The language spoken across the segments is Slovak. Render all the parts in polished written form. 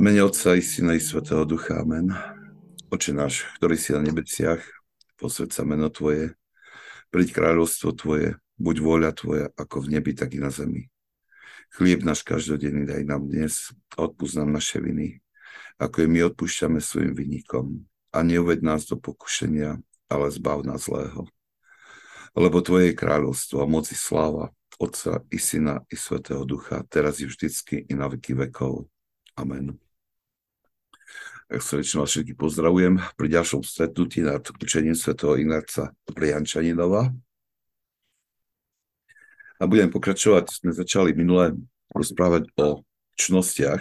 Mene Otca i Syna i Svätého Ducha. Amen. Oče náš, ktorý si na nebesiach, posväť sa meno Tvoje, príď kráľovstvo Tvoje, buď vôľa Tvoja, ako v nebi, tak i na zemi. Chlieb náš každodenný daj nám dnes a odpúsť nám naše viny, ako i my odpúšťame svojim vinníkom. A neuved nás do pokušenia, ale zbav nás zlého. Lebo Tvoje je kráľovstvo a moc i sláva Otca i Syna i Svätého Ducha, teraz i vždycky i na veky vekov. Amen. Tak srdečne vás všetky pozdravujem pri ďalšom stretnutí nad učením svätého Ignáca Briančaninova. A budem pokračovať, sme začali minule rozprávať o čnostiach.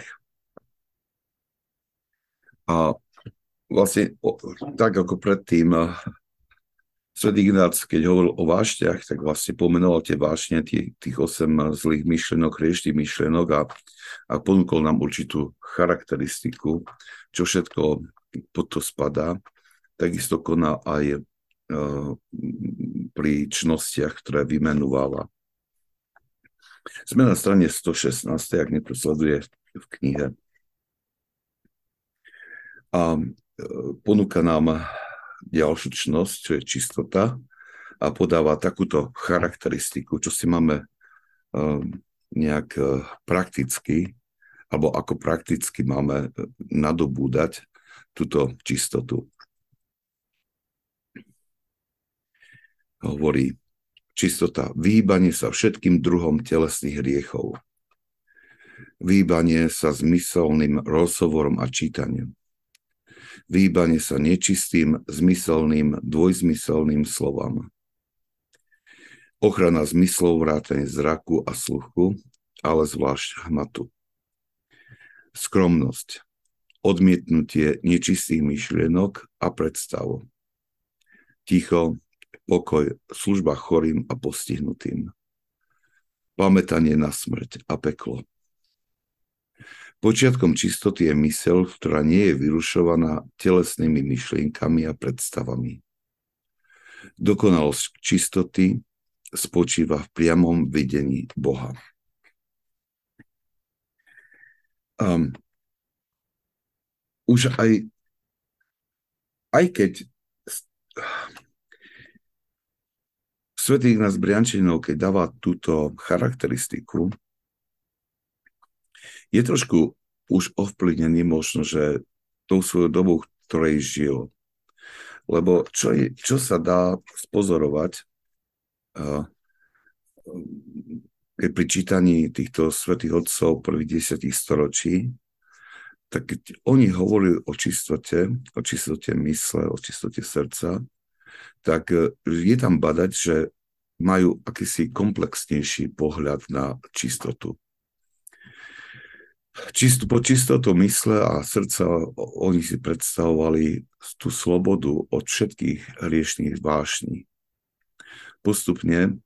A vlastne tak ako predtým svätý Ignác, keď hovoril o vášniach, tak vlastne pomenoval tie vášne, tých 8 zlých myšlienok, hriešných myšlienok a ponúkol nám určitú charakteristiku, čo všetko pod to spadá. Takisto koná aj pri čnostiach, ktoré vymenováva. Sme na strane 116, ak niekto sleduje v knihe. A ponúka nám ďalšiu čnosť, čo je čistota, a podáva takúto charakteristiku, čo si máme nejak prakticky, alebo ako prakticky máme nadobúdať túto čistotu. Hovorí čistota, vyhýbanie sa všetkým druhom telesných hriechov, vyhýbanie sa zmyselným rozhovorom a čítaním, vyhýbanie sa nečistým, zmyselným, dvojzmyselným slovám, ochrana zmyslov, vrátane zraku a sluchu, ale zvlášť hmatu, skromnosť, odmietnutie nečistých myšlienok a predstav, ticho, pokoj, služba chorým a postihnutým, pamätanie na smrť a peklo. Počiatkom čistoty je myseľ, ktorá nie je vyrušovaná telesnými myšlienkami a predstavami. Dokonalosť čistoty spočíva v priamom videní Boha. Už aj keď svätý Ignác Briančaninov, keď dáva túto charakteristiku, je trošku už ovplyvnený možno, že tou svojou dobou, v ktorej žil. Lebo čo sa dá spozorovať, keď pri čítaní týchto svätých otcov prvých 10 storočí, tak keď oni hovorili o čistote mysle, o čistote srdca, tak je tam badať, že majú akýsi komplexnejší pohľad na čistotu. Po čistotu mysle a srdca oni si predstavovali tú slobodu od všetkých hriešných vášní. Postupne,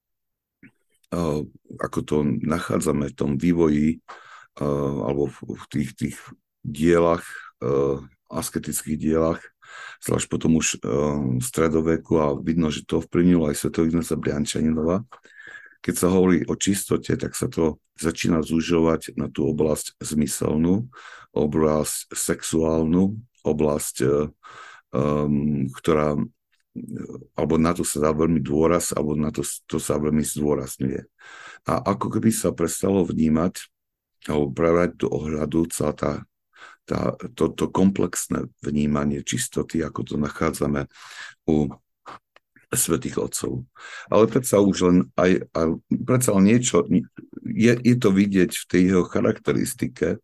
ako to nachádzame v tom vývoji alebo v tých dielach, asketických dielach, zvlášť potom už v stredoveku, a vidno, že to vplyvnilo aj svätého Ignáca Briančaninova. Keď sa hovorí o čistote, tak sa to začína zužovať na tú oblasť zmyselnú, oblasť sexuálnu, oblasť, ktorá, alebo na to sa dá veľmi dôraz, alebo na to sa veľmi zdôrazňuje. A ako keby sa prestalo vnímať, alebo brať do ohľadu celá toto komplexné vnímanie čistoty, ako to nachádzame u svätých otcov. Ale predsa už len predsa len niečo, je to vidieť v tej jeho charakteristike,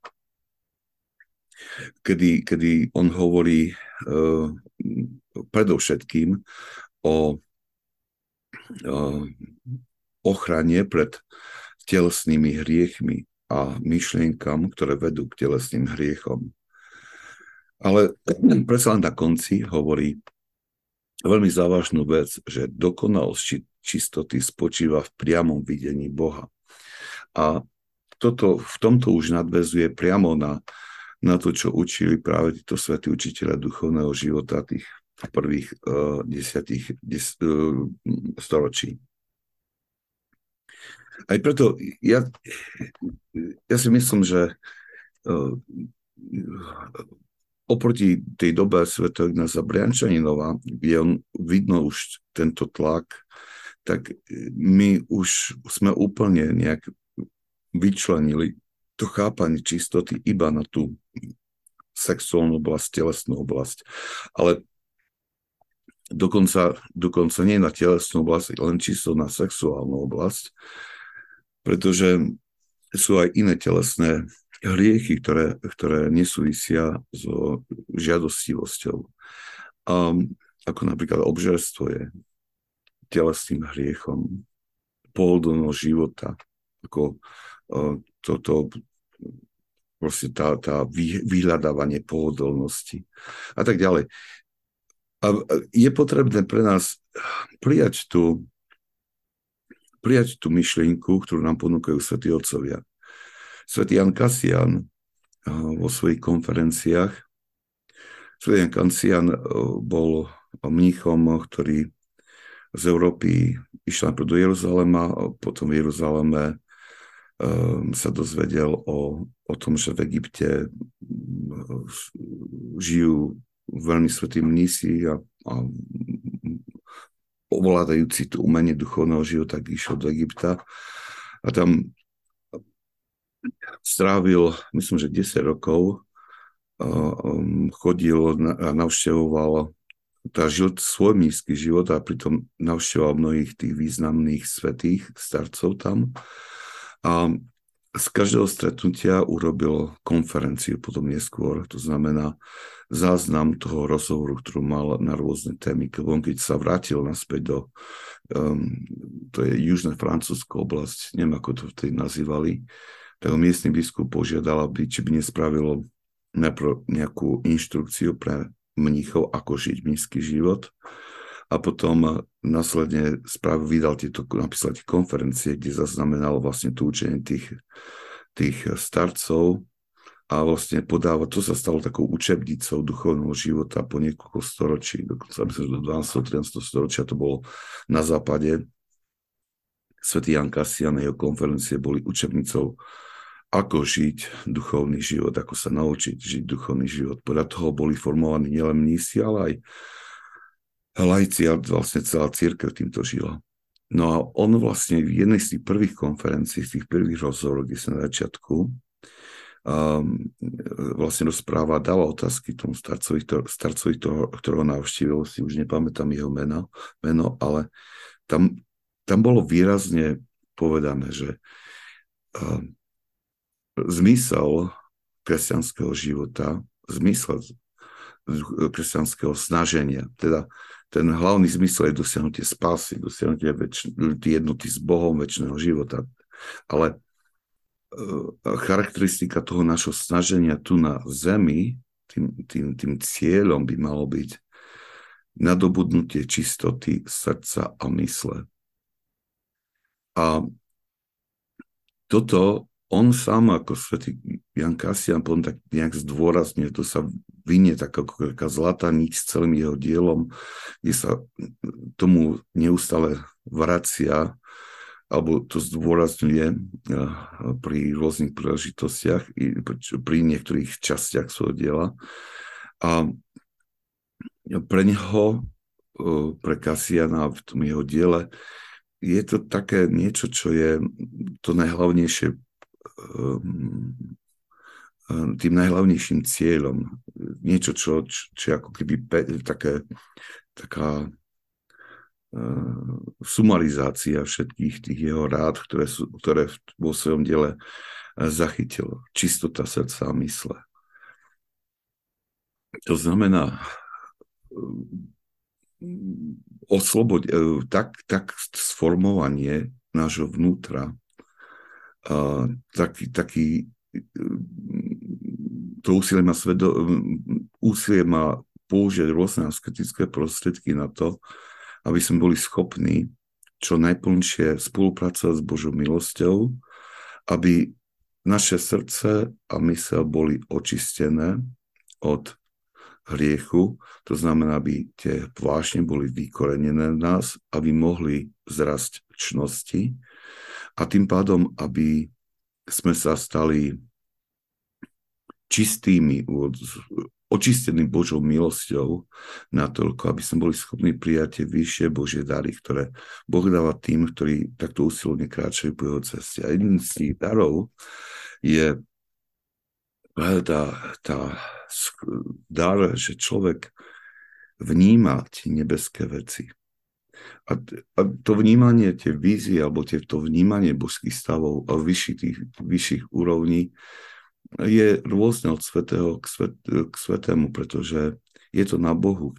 kedy on hovorí predovšetkým o ochrane pred telesnými hriechmi a myšlienkam, ktoré vedú k telesným hriechom. Ale predsa len na konci hovorí veľmi závažnú vec, že dokonalosť čistoty spočíva v priamom videní Boha. A v tomto už nadväzuje priamo na to, čo učili práve títo svätí učiteľa duchovného života tých prvých 10 storočí. Aj preto ja si myslím, že oproti tej dobe svätého Ignáca Briančaninova, kde on vidno už tento tlak, tak my už sme úplne nejak vyčlenili to chápanie čistoty iba na tú sexuálnu oblasť, telesnú oblasť. Ale dokonca nie na telesnú oblasť, len čisto na sexuálnu oblasť, pretože sú aj iné telesné hriechy, ktoré nesúvisia so žiadostivosťou. Ako napríklad obžerstvo je telesným hriechom, pohodlnosť života, ako toto proste tá vyhľadávanie pohodlnosti a tak ďalej. A je potrebné pre nás prijať tú myšlienku, ktorú nám ponúkajú svätí otcovia. Svätý Ján Kasian vo svojich konferenciách, svätý Ján Kasian bol mníchom, ktorý z Európy išiel najprv do Jeruzalema, potom v Jeruzaleme sa dozvedel o tom, že v Egypte žijú veľmi svätí mnísi a ovládajúci to umenie duchovného života, tak išiel do Egypta a tam strávil, myslím, že 10 rokov, chodil a navštevoval, žil svoj mníšsky život a pritom navštevoval mnohých tých významných svätých starcov tam. A z každého stretnutia urobil konferenciu potom neskôr, to znamená záznam toho rozhovoru, ktorú mal na rôzne témy. Keď sa vrátil naspäť to je južná francúzska oblasť, neviem, ako to vtedy nazývali, tak miestny biskup požiadal, či by nespravilo najprv nejakú inštrukciu pre mníchov, ako žiť mníšsky život. A potom následne napísal tie konferencie, kde zaznamenal vlastne to učenie tých starcov a vlastne podáva, to sa stalo takou učebnicou duchovného života po niekoľko storočí, dokonca myslím, že do 12. 13. storočia to bolo na západe. Svätý Ján Kasian a jeho konferencie boli učebnicou, ako žiť duchovný život, ako sa naučiť žiť duchovný život. Podľa toho boli formovaní nielen mnísi, ale aj laici a vlastne celá cirkev týmto žila. No a on vlastne v jednej z tých prvých konferencií, z tých prvých rozhovorov, kde sa na začiatku vlastne rozpráva, dáva otázky tomu starcovi, ktorého navštívil, si už nepamätám jeho meno, ale tam bolo výrazne povedané, že zmysel kresťanského života, zmysel kresťanského snaženia, teda ten hlavný zmysel je dosiahnutie spásy, dosiahnutie jednoty s Bohom večného života. Ale charakteristika toho našho snaženia tu na zemi, tým cieľom by malo byť nadobudnutie čistoty srdca a mysle. A toto on sám ako svätý Ján Kasian potom tak nejak zdôrazňuje, to sa vynie taká zlatá niť s celým jeho dielom, kde sa tomu neustále vracia, alebo to zdôrazňuje pri rôznych príležitostiach, pri niektorých častiach svojho diela. A pre neho, pre Kasiana v tom jeho diele, je to také niečo, čo je to najhlavnejšie, tým najhlavnejším cieľom. Niečo, čo je ako keby taká sumarizácia všetkých tých jeho rád, ktoré vo svojom diele zachytil. Čistota srdca a mysle. To znamená tak sformovanie nášho vnútra, to úsilie má použiť rôzne asketické prostriedky na to, aby sme boli schopní čo najplnšie spolupracovať s Božou milosťou, aby naše srdce a myseľ boli očistené od hriechu, to znamená, aby tie vášne boli vykorenené v nás, aby mohli vzrásť čnosti a tým pádom, aby sme sa stali čistými, očistený Božou milosťou natoľko, aby sme boli schopní prijať tie vyššie Božie dary, ktoré Boh dáva tým, ktorí takto usilovne kráčajú po jeho ceste. A jedným z tých darov je dar, že človek vníma tie nebeské veci. A to vnímanie, tie vízie, alebo to vnímanie božských stavov a vyšších úrovní je rôzne od svätého k svätému, pretože je to na Bohu,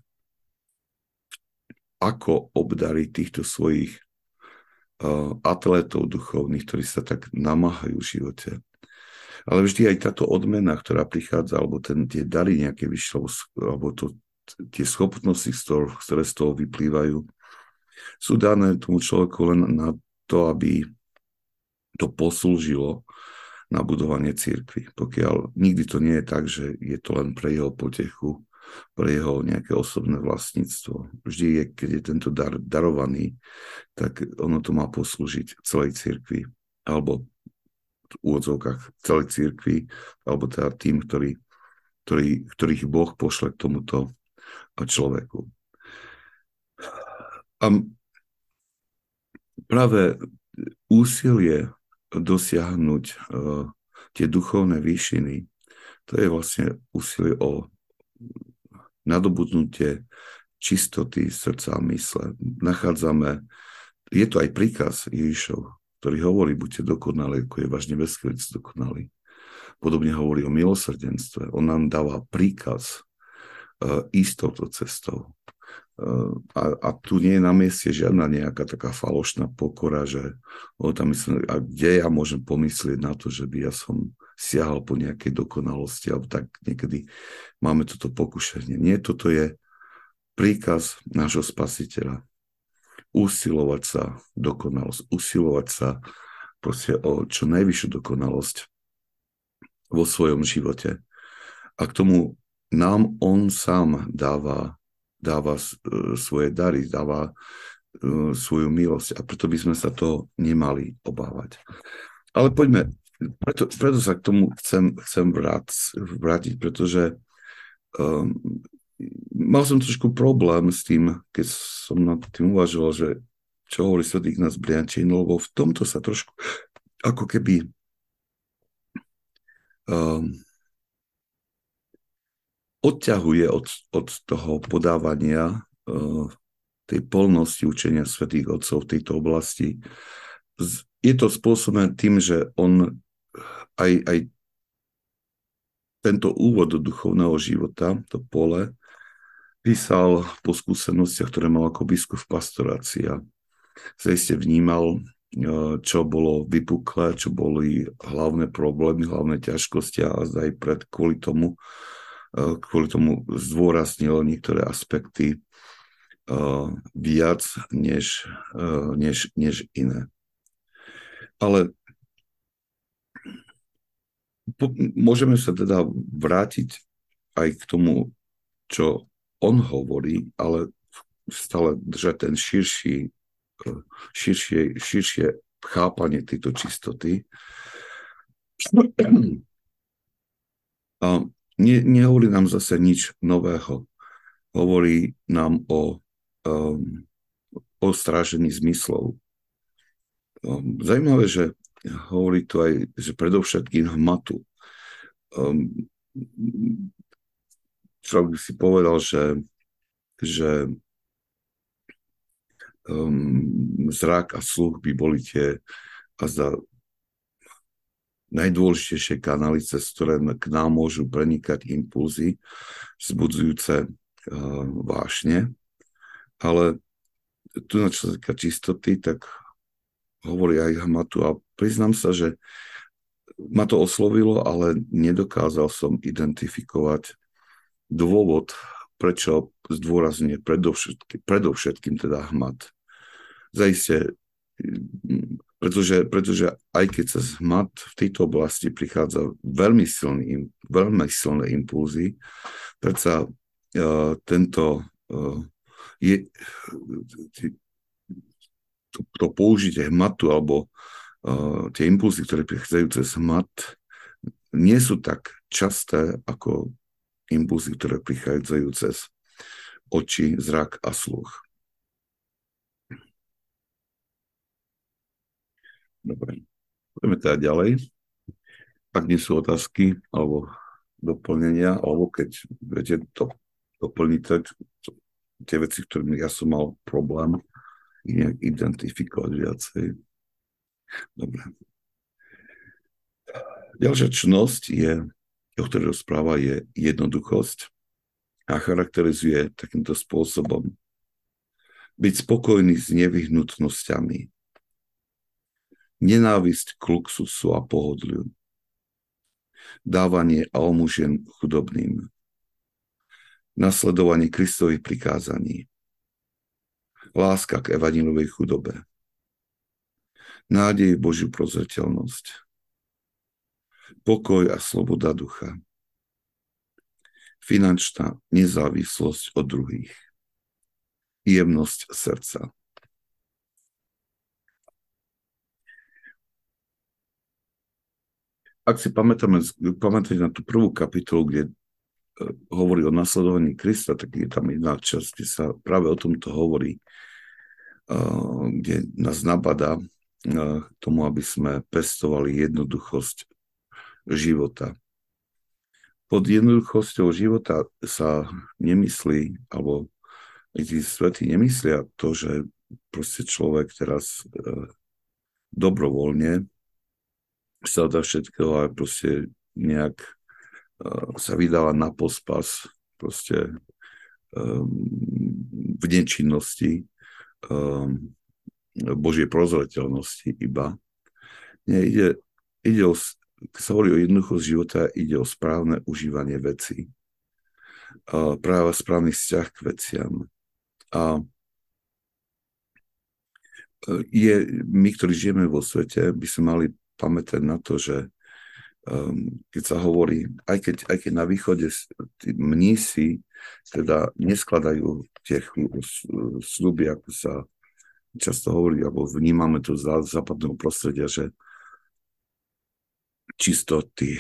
ako obdariť týchto svojich atletov duchovných, ktorí sa tak namáhajú v živote. Ale vždy aj táto odmena, ktorá prichádza, alebo tie dary nejaké vyšlo, alebo tie schopnosti, ktoré z toho vyplývajú, sú dané tomu človeku len na to, aby to poslúžilo na budovanie cirkvi. Pokiaľ nikdy to nie je tak, že je to len pre jeho potechu, pre jeho nejaké osobné vlastníctvo. Vždy je, keď je tento dar darovaný, tak ono to má poslúžiť celej cirkvi, alebo v úvodzovkách celej cirkvi, alebo teda tým, ktorých Boh pošle k tomuto človeku. A práve úsilie dosiahnuť tie duchovné výšiny, to je vlastne úsilie o nadobudnutie čistoty srdca a mysle. Je to aj príkaz Ježišov, ktorý hovorí, buďte dokonalí, ako je váš nebeský Otec dokonalý. Podobne hovorí o milosrdenstve. On nám dáva príkaz ísť touto cestou. A tu nie je na mieste žiadna nejaká taká falošná pokora, že tam myslím, a kde ja môžem pomyslieť na to, že by ja som siahal po nejakej dokonalosti, alebo tak niekedy máme toto pokušenie. Nie, toto je príkaz nášho Spasiteľa. Usilovať sa dokonalosť, usilovať sa proste o čo najvyššiu dokonalosť vo svojom živote. A k tomu nám on sám dáva svoje dary, dáva svoju milosť a preto by sme sa to nemali obávať. Ale poďme, preto sa k tomu chcem vrátiť, pretože mal som trošku problém s tým, keď som nad tým uvažoval, že čo hovorí svätý Ignác Briančín, lebo v tomto sa trošku ako keby odťahuje od toho podávania tej plnosti učenia svätých otcov v tejto oblasti. Je to spôsobené tým, že on aj tento úvod do duchovného života, to pole, písal po skúsenostiach, ktoré mal ako biskup v pastorácii. Zaiste vnímal, čo bolo vypuklé, čo boli hlavné problémy, hlavné ťažkosti a aj kvôli tomu zdôraznil niektoré aspekty viac než iné. Ale môžeme sa teda vrátiť aj k tomu, čo on hovorí, ale stále držať ten širšie chápanie tejto čistoty. A nehovorí nám zase nič nového. Hovorí nám o strážení zmyslov. Zajímavé, že hovorí tu aj, že predovšetkým hmatu. Človek by si povedal, že zrak a sluch by boli tie najdôležitejšie kanály, cez ktoré k nám môžu prenikať impulzy vzbudzujúce vášne. Ale tu na čo sa týka čistoty, tak hovorí aj hmatu a priznám sa, že ma to oslovilo, ale nedokázal som identifikovať dôvod, prečo zdôrazňuje predovšetkým teda hmat. Zaiste, pretože aj keď sa hmat v tejto oblasti prichádza veľmi silné impulzy, predsa to použitie hmatu alebo tie impulzy, ktoré prichádzajú cez hmat, nie sú tak časté ako impulzy, ktoré prichádzajú cez oči, zrak a sluch. Dobre, poďme teda ďalej. Ak nie sú otázky alebo doplnenia, alebo keď viete to doplniť, tie veci, ktorými ja som mal problém identifikovať viacej. Dobre. Ďalšia činnosť o ktorej rozpráva, je jednoduchosť a charakterizuje takýmto spôsobom byť spokojný s nevyhnutnosťami, nenávisť k luxusu a pohodliu, dávanie almužien chudobným, nasledovanie Kristových prikázaní, láska k evanjelovej chudobe, nádej v Božiu prozreteľnosť, pokoj a sloboda ducha, finančná nezávislosť od druhých, jemnosť srdca. Ak si pamätáte na tú prvú kapitolu, kde hovorí o nasledovaní Krista, tak je tam jedna časť, kde sa práve o tomto hovorí, kde nás nabadá k tomu, aby sme pestovali jednoduchosť života. Pod jednoduchosťou života sa nemyslí, alebo tí svätí nemyslia to, že proste človek teraz dobrovoľne sa dá všetkého a proste nejak sa vydáva na pospas proste v nečinnosti Božej prozreteľnosti iba. Nie, ide o, keď sa hovorí o jednoduchosť života, ide o správne užívanie vecí. Práve správny vzťah k veciam. A my, ktorí žijeme vo svete, by sme mali pamätať na to, že keď sa hovorí, aj keď na východe mnísi teda neskladajú tie sľuby, ako sa často hovorí, alebo vnímame to z západného prostredia, že čistoty,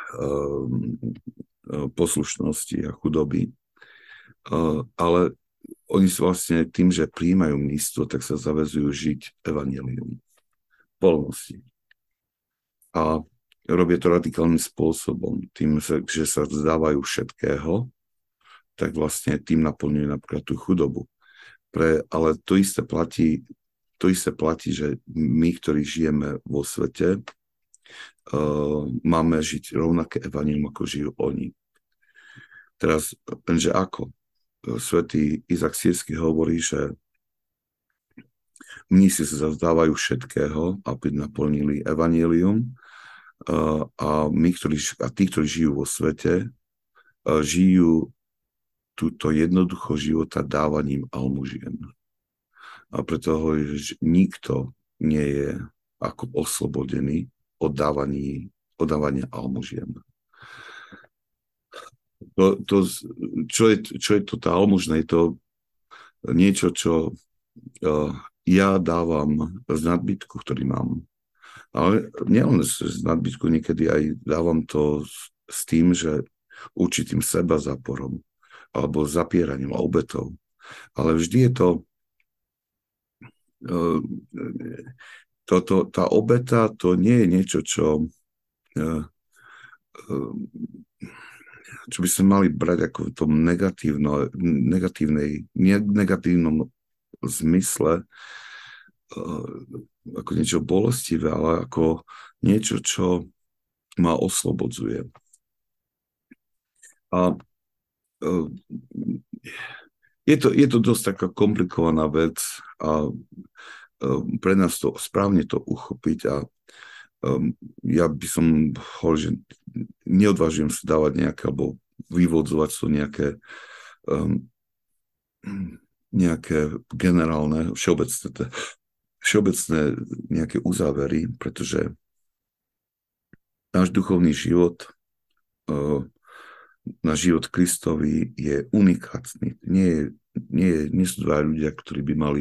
poslušnosti a chudoby, ale oni sú vlastne tým, že prijímajú mníctvo, tak sa zaväzujú žiť evanjelium v plnosti. A robia to radikálnym spôsobom, tým, že sa vzdávajú všetkého, tak vlastne tým naplňujú napríklad tú chudobu. Ale to isté platí, že my, ktorí žijeme vo svete, máme žiť rovnaké evanjelium, ako žijú oni. Teraz, že ako? Svätý Izak Sýrsky hovorí, že mnísi sa vzdávajú všetkého, aby naplnili evanjelium, a tí, ktorí žijú vo svete, žijú túto jednoducho života dávaním almužien. A preto hovorí, že nikto nie je ako oslobodený od dávania almužien. Čo je to tá almužna? Je to niečo, čo ja dávam z nadbytku, ktorý mám. Ale nielen z nadbytku, niekedy aj dávam to s tým, že určitým seba záporom alebo zapieraním a obetou. Ale vždy je to tá obeta, to nie je niečo, čo by sme mali brať ako v tom negatívnom zmysle, ako niečo bolestivé, ale ako niečo, čo ma oslobodzuje. A je to dosť taká komplikovaná vec a pre nás to správne to uchopiť a ja by som hovoril, že neodvážujem sa dávať nejaké alebo vyvodzovať to nejaké generálne, všeobecné nejaké uzávery, pretože náš duchovný život, náš život Kristovi je unikátny. Nie sú dva ľudia, ktorí by mali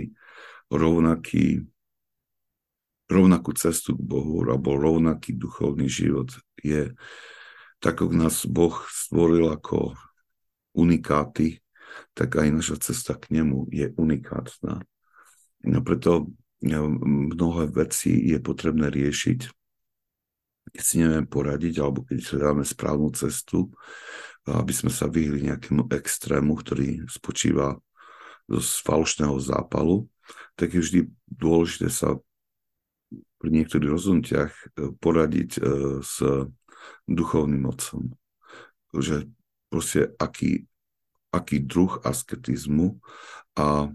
rovnakú cestu k Bohu alebo rovnaký duchovný život. Tak ako nás Boh stvoril ako unikáty, tak aj naša cesta k nemu je unikátna. No preto mnohé veci je potrebné riešiť, keď si nevieme poradiť, alebo keď hľadáme správnu cestu, aby sme sa vyhli nejakému extrému, ktorý spočíva z falošného zápalu, tak je vždy dôležité sa pri niektorých rozhodnutiach poradiť s duchovným otcom. Že proste aký druh asketizmu a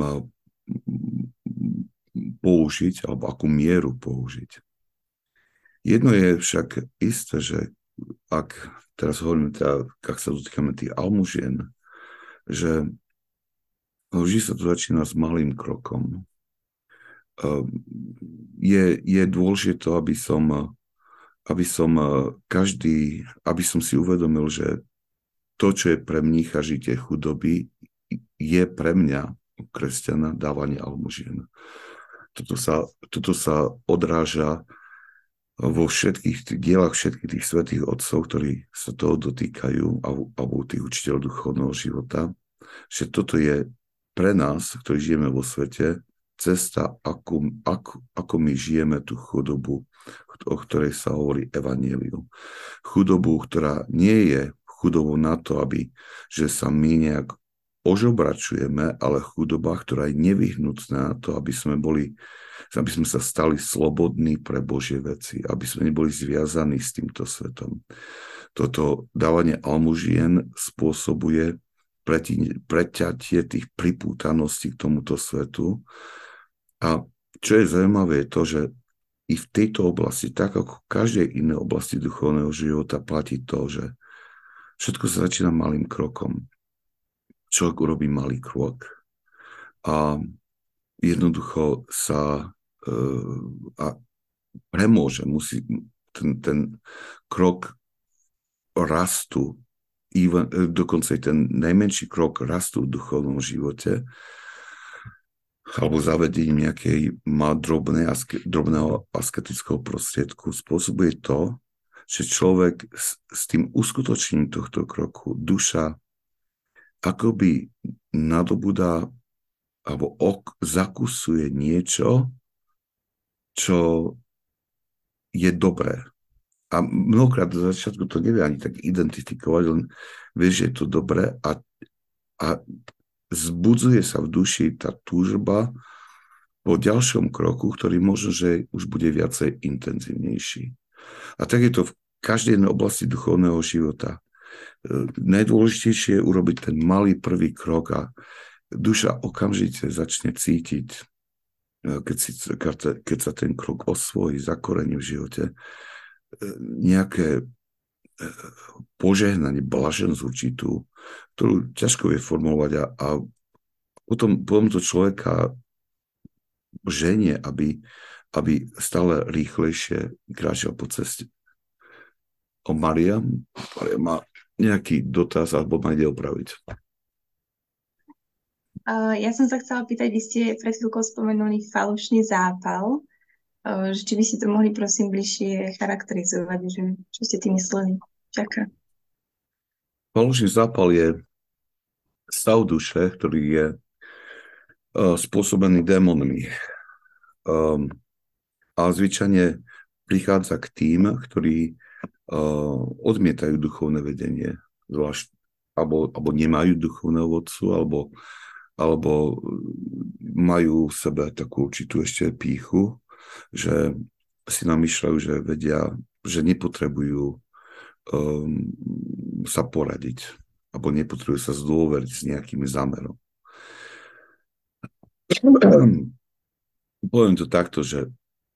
použiť, alebo akú mieru použiť. Jedno je však isté, že ak teraz hovoríme, ak sa dotýkame tých almužien, že vždy sa to začína s malým krokom. Je dôležité, aby som si uvedomil, že to, čo je pre mnícha žitie chudoby, je pre mňa, kresťana, dávanie almužien. Toto sa odráža vo všetkých dielach všetkých tých svätých otcov, ktorí sa toho dotýkajú, alebo tých učiteľov duchovného života, že toto je pre nás, ktorí žijeme vo svete, cesta, ako my žijeme tú chudobu, o ktorej sa hovorí evanjelium. Chudobu, ktorá nie je chudobou na to, že sa my nejak ožobračujeme, ale chudoba, ktorá je nevyhnutná na to, aby sme sa stali slobodní pre Božie veci, aby sme neboli zviazaní s týmto svetom. Toto dávanie almužien spôsobuje preťatie tých pripútaností k tomuto svetu. A čo je zaujímavé, je to, že i v tejto oblasti, tak ako v každej inej oblasti duchovného života, platí to, že všetko sa začína malým krokom. Človek urobí malý krok a jednoducho sa musí ten krok rastu, dokonca aj ten najmenší krok rastu v duchovnom živote alebo zavedením nejakej drobného asketického prostriedku spôsobuje to, že človek s tým uskutočnením tohto kroku duša akoby nadobúda alebo zakusuje niečo, čo je dobré. A mnohokrát do začiatku to nevie ani tak identifikovať, len vie, že je to dobré a zbudzuje sa v duši tá túžba po ďalšom kroku, ktorý možno, že už bude viacej intenzívnejší. A tak je to v každej oblasti duchovného života. Najdôležitejšie je urobiť ten malý prvý krok a duša okamžite začne cítiť, keď sa ten krok osvojí, zakorení v živote, nejaké požehnanie, blaženosť určitú, ktorú ťažko je formulovať a potom to človeka ženie, aby stále rýchlejšie kráčal po ceste. Maria má nejaký dotaz alebo ma ide opraviť. Ja som sa chcela pýtať, vy ste pred chvíľkou spomenuli falošný zápal, že či by si to mohli prosím bližšie charakterizovať, že čo ste tým mysleli. Ďakujem. Falošný zápal je stav duše, ktorý je spôsobený démonmi. A zvyčajne prichádza k tým, ktorí odmietajú duchovné vedenie, zvlášť, alebo nemajú duchovného vodcu, alebo majú v sebe takú určitú ešte pýchu, že si namýšľajú, že vedia, že nepotrebujú sa poradiť, alebo nepotrebujú sa zdôveriť s nejakým zámerom. Poviem to takto, že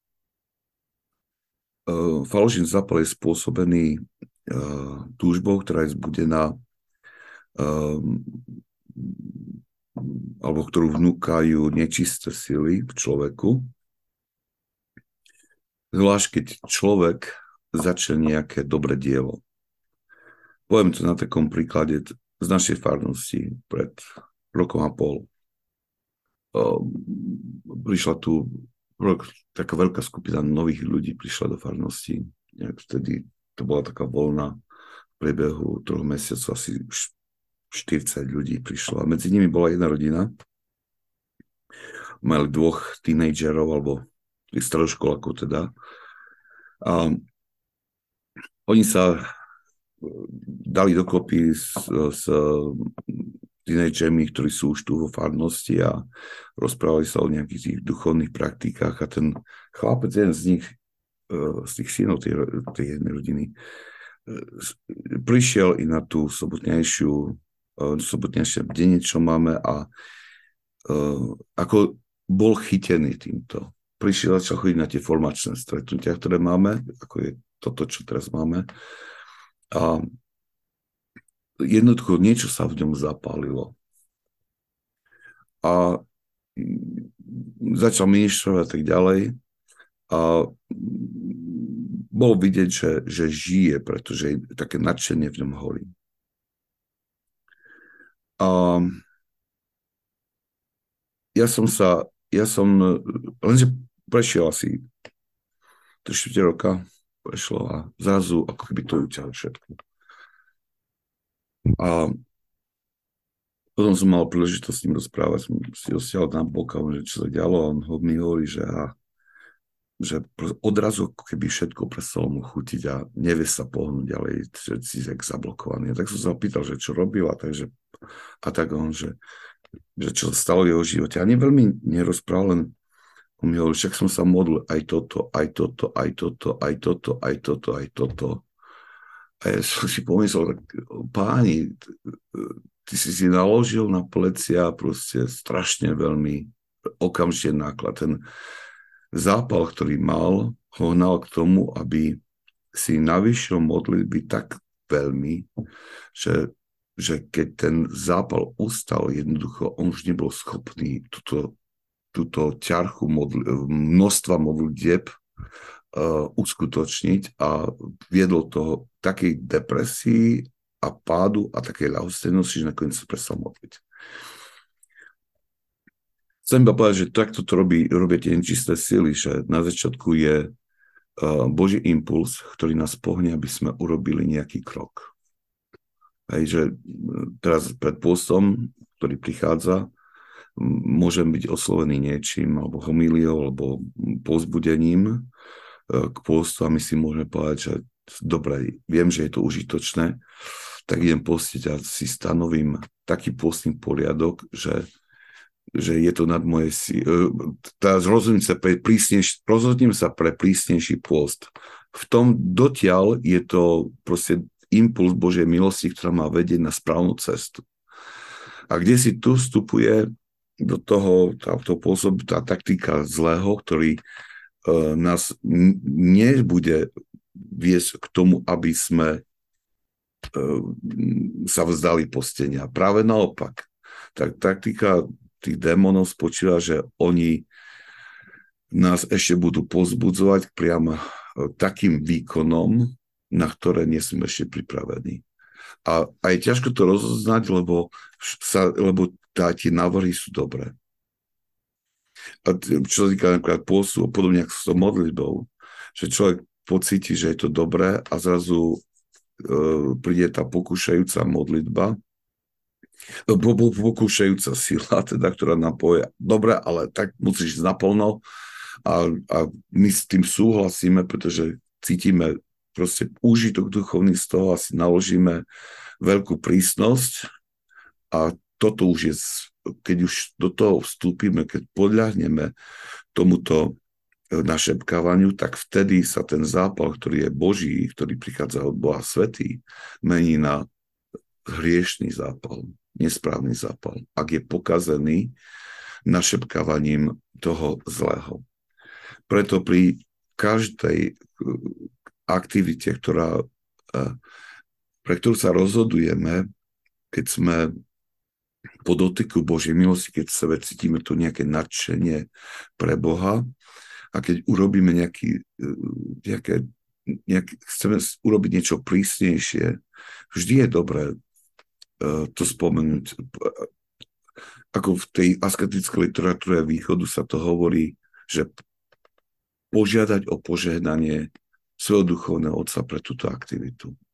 falošný zápal je spôsobený túžbou, ktorá je zbudená alebo ktorú vnúkajú nečisté sily v človeku. Zvlášť, keď človek začne nejaké dobré dielo. Poviem to na takom príklade z našej farnosti pred rokom a pol. Prišla tu taká veľká skupina nových ľudí prišla do farnosti. Vtedy to bola taká voľna priebehu 3 mesiacov asi 40 ľudí prišlo. A medzi nimi bola jedna rodina. Mali 2 tínejdžerov, alebo stredoškolákov teda. A oni sa dali dokopy s tínejdžermi, ktorí sú už tu vo farnosti a rozprávali sa o nejakých tých duchovných praktikách a ten chlapec, jeden z nich, z tých synov tej jednej rodiny, prišiel i na tú sobotnejšie bdenie, čo máme a ako bol chytený týmto. Prišiel, začal chodiť na tie formačné stretnutia, ktoré máme, ako je toto, čo teraz máme. A jednoducho niečo sa v ňom zapálilo. A začal ministrovať a tak ďalej. A bolo vidieť, že žije, pretože také nadšenie v ňom horí. A lenže prešiel asi 3 roka, prešlo a zrazu ako keby to uťahol všetko. A potom som mal príležitosť s ním rozprávať, som si ho stiahol na bok a že čo sa dialo a on mi hovorí, že odrazu ako keby všetko prestalo mu chutiť a nevie sa pohnúť ďalej, že si tak zablokovaný. A tak som sa pýtal, že čo robil a tak on, že čo sa stalo v jeho živote. A veľmi nerozprával, len on mi hovoril, však som sa modlil aj toto. A ja som si pomyslel, tak páni, ty si naložil na plecia proste strašne veľmi okamžite náklad. Ten zápal, ktorý mal, ho hnal k tomu, aby si navýšil modlitby tak veľmi, že keď ten zápal ustal, jednoducho on už nebol schopný túto ťarchu množstva modlitieb uskutočniť a viedol toho takej depresii a pádu a takej ľahostajnosti, že nakoniec sa prestal modliť. Chcem iba povedať, že takto to robia tie nečisté sily, že na začiatku je Boží impuls, ktorý nás pohne, aby sme urobili nejaký krok. Hej, že teraz pred pôstom, ktorý prichádza, môžem byť oslovený niečím, alebo homíliou, alebo povzbudením k pôstu a my si môžeme povedať, že dobre, viem, že je to užitočné, tak idem postiť a si stanovím taký pôstny poriadok, že je to nad moje rozhodním sa pre prísnejší pôst. V tom dotiaľ je to proste impuls Božej milosti, ktorá má vedieť na správnu cestu. A kde si tu vstupuje do toho pôsob, tá taktika zlého, ktorý nás nebude viesť k tomu, aby sme sa vzdali postenia. Práve naopak. Tak taktika tých démonov spočíva, že oni nás ešte budú povzbudzovať priamo takým výkonom, na ktoré nie sme ešte pripravení. A je ťažko to rozoznať, lebo tie návrhy sú dobré. A čo sa týka napríklad pôstu, podobne ako s tou modlitbou, že človek pocíti, že je to dobré a zrazu príde tá pokúšajúca modlitba, pokúšajúca sila, teda, ktorá nám povie, dobre, ale tak musíš ísť naplno a my s tým súhlasíme, pretože cítime proste úžitok duchovný z toho a si naložíme veľkú prísnosť a toto už je, keď už do toho vstúpime, keď podľahneme tomuto našepkávaniu, tak vtedy sa ten zápal, ktorý je Boží, ktorý prichádza od Boha Svätý, mení na hriešný zápal, nesprávny zápal, ak je pokazený našepkávaním toho zlého. Preto pri každej aktivite, pre ktorú sa rozhodujeme, keď sme po dotyku Božej milosti, keď sa cítime to nejaké nadšenie pre Boha a keď urobíme chceme urobiť niečo prísnejšie, vždy je dobré to spomenúť. Ako v tej asketickej literatúre východu sa to hovorí, že požiadať o požehnanie svojho duchovného otca pre túto aktivitu.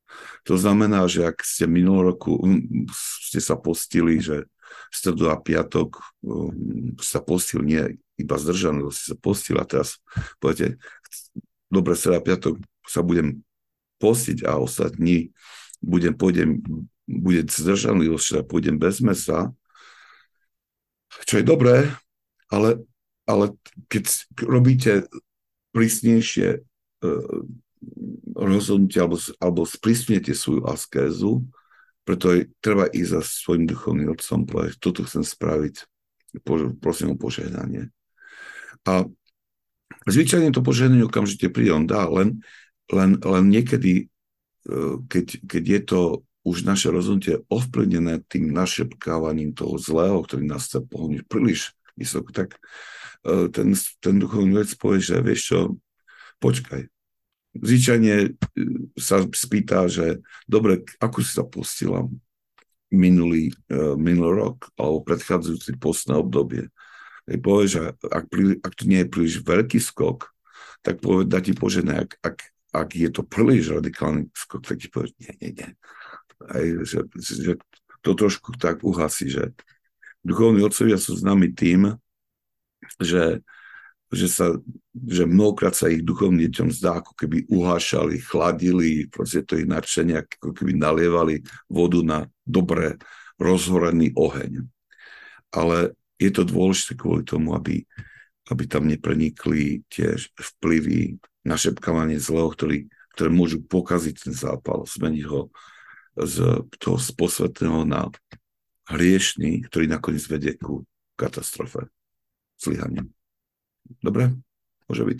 To znamená, že ak ste minulý roku ste sa postili, že stredu a piatok sa postil, nie iba zdržaný, ste sa postili a teraz poviete, dobre, streda a piatok sa budem postiť a ostatní budem zdržaný, pôjdem bez mesa, čo je dobré, ale keď robíte prísnejšie rozhodnutie alebo sprísňujete svoju askézu, preto treba ísť za svojim duchovným otcom, povedať, toto chcem spraviť, prosím o požehnanie. A zvyčajne to požehnanie okamžite príde, on dá, len niekedy, keď je to už naše rozhodnutie ovplyvnené tým našepkávaním toho zlého, ktorý nás chce pohnúť príliš vysoko, tak ten duchovný vec povie, že vieš čo, počkaj. Zvyčajne sa spýta, že dobre, ako si sa postila minulý rok alebo predchádzajúci postné obdobie. Povie, že ak to nie je príliš veľký skok, tak dá ti požené, ak je to príliš radikálny skok, tak ti povie, nie. Aj, že to trošku tak uhasí, že duchovní otcovia sú známi tým, že mnohokrát sa ich duchovným deťom zdá, ako keby uhášali, chladili, proste to ich nadšenie, ako keby nalievali vodu na dobre rozhorený oheň. Ale je to dôležité kvôli tomu, aby tam neprenikli tie vplyvy, našepkávanie zlého, ktoré môžu pokaziť ten zápal, zmeniť ho z toho posvetného na hriešný, ktorý nakoniec vedie ku katastrofe, zlyhaniu. Dobre? Môže byť.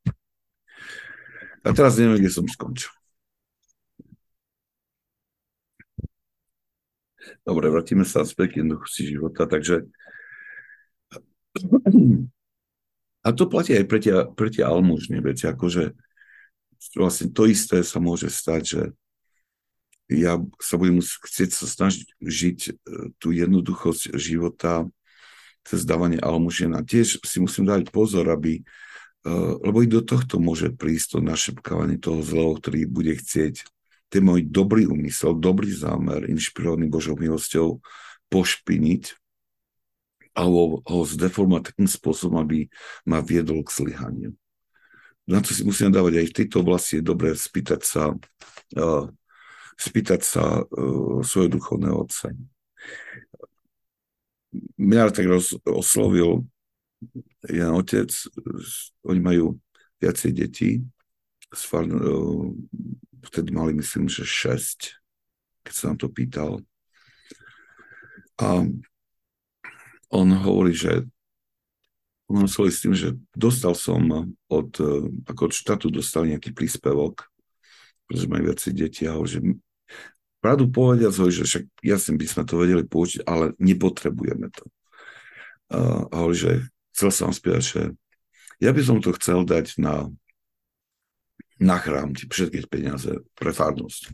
A teraz neviem, kde som skončil. Dobre, vrátime sa späť k jednoduchosti života. Takže a to platí aj pre tie almužné veci, akože vlastne to isté sa môže stať, že ja sa budem chcieť sa snažiť žiť tú jednoduchosť života cez dávanie almužien a tiež si musím dať pozor, lebo i do tohto môže prísť to našepkávanie toho zlého, ktorý bude chcieť ten môj dobrý úmysel, dobrý zámer, inšpirovaný Božou milosťou, pošpiniť alebo ho zdeformovať takým spôsobom, aby ma viedol k zlyhaniu. Na to si musím dávať aj v tejto oblasti, je dobré spýtať sa svojho duchovného otca. Mňa tak oslovil jeden otec, oni majú viacej detí, vtedy mali, myslím, že 6, keď sa nám to pýtal. A on hovorí, že on oslovil s tým, že dostal som od štátu dostal nejaký príspevok, pretože majú viacej detí a hovorí, že pravdu povediac, že však jasne by sme to vedeli použiť, ale nepotrebujeme to. A hovorí, že chcel som spýtať, že ja by som to chcel dať na chrám, všetky peniaze pre farnosť.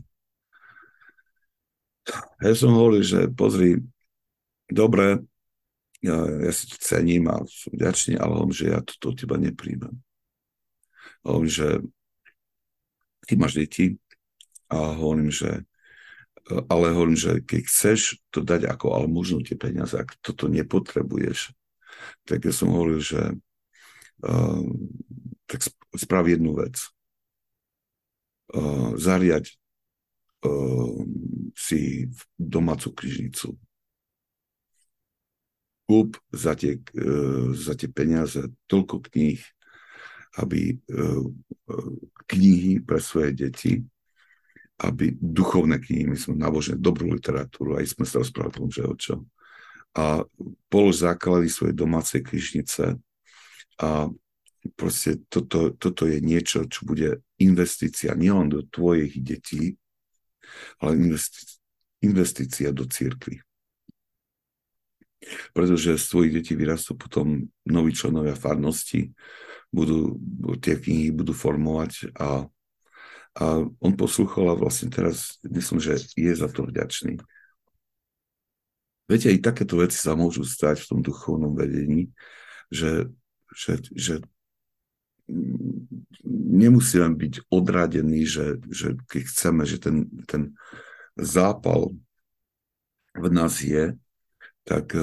Ja som hovoril, že pozri, dobre, ja si to cením a som vďačný, ale hovorím, že ja to od teba nepríjmem. Hovorím, že ty máš deti a hovorím, že keď chceš to dať ako almužnu tie peniaze, ak toto nepotrebuješ, tak ja som hovoril, že tak sprav jednu vec. Zariať si domácu knižnicu. Kúp za tie peniaze toľko kníh, aby knihy pre svoje deti, aby duchovné knihy, myslím, nábožené, dobrú literatúru, aj sme sa rozprávali o tom, že o čo. A polož základy svojej domácej knižnice a proste toto je niečo, čo bude investícia nielen do tvojich detí, ale investícia do cirkvi. Pretože z tvojich detí vyrastú potom noví členovia farnosti, tie knihy budú formovať a on poslúchol a vlastne teraz myslím, že je za to vďačný. Viete, aj takéto veci sa môžu stať v tom duchovnom vedení, že nemusíme byť odradení, že keď chceme, že ten zápal v nás je, tak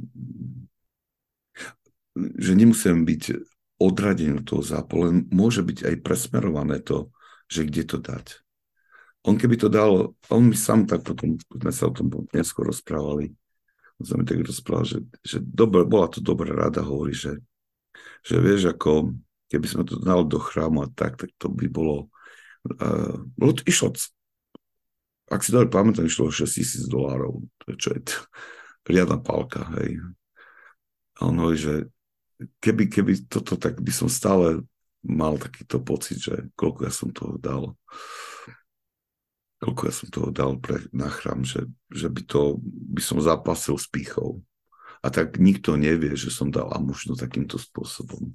že nemusíme byť odradení od toho zápalu, len môže byť aj presmerované to, že kde to dať. On keby to dal, on mi sám tak potom, sme sa o tom neskôr rozprávali, on sa mi tak rozprával, že bola to dobrá rada, hovorí, že vieš, ako keby sme to dali do chrámu a tak to by bolo, išlo, ak si dobre pamätám, išlo $6,000, čo je to, riadna pálka, hej. A on hovorí, že keby toto, tak by som stále mal takýto pocit, že koľko ja som toho dal na chrám, že by som zápasil s pýchou. A tak nikto nevie, že som dal amušno takýmto spôsobom.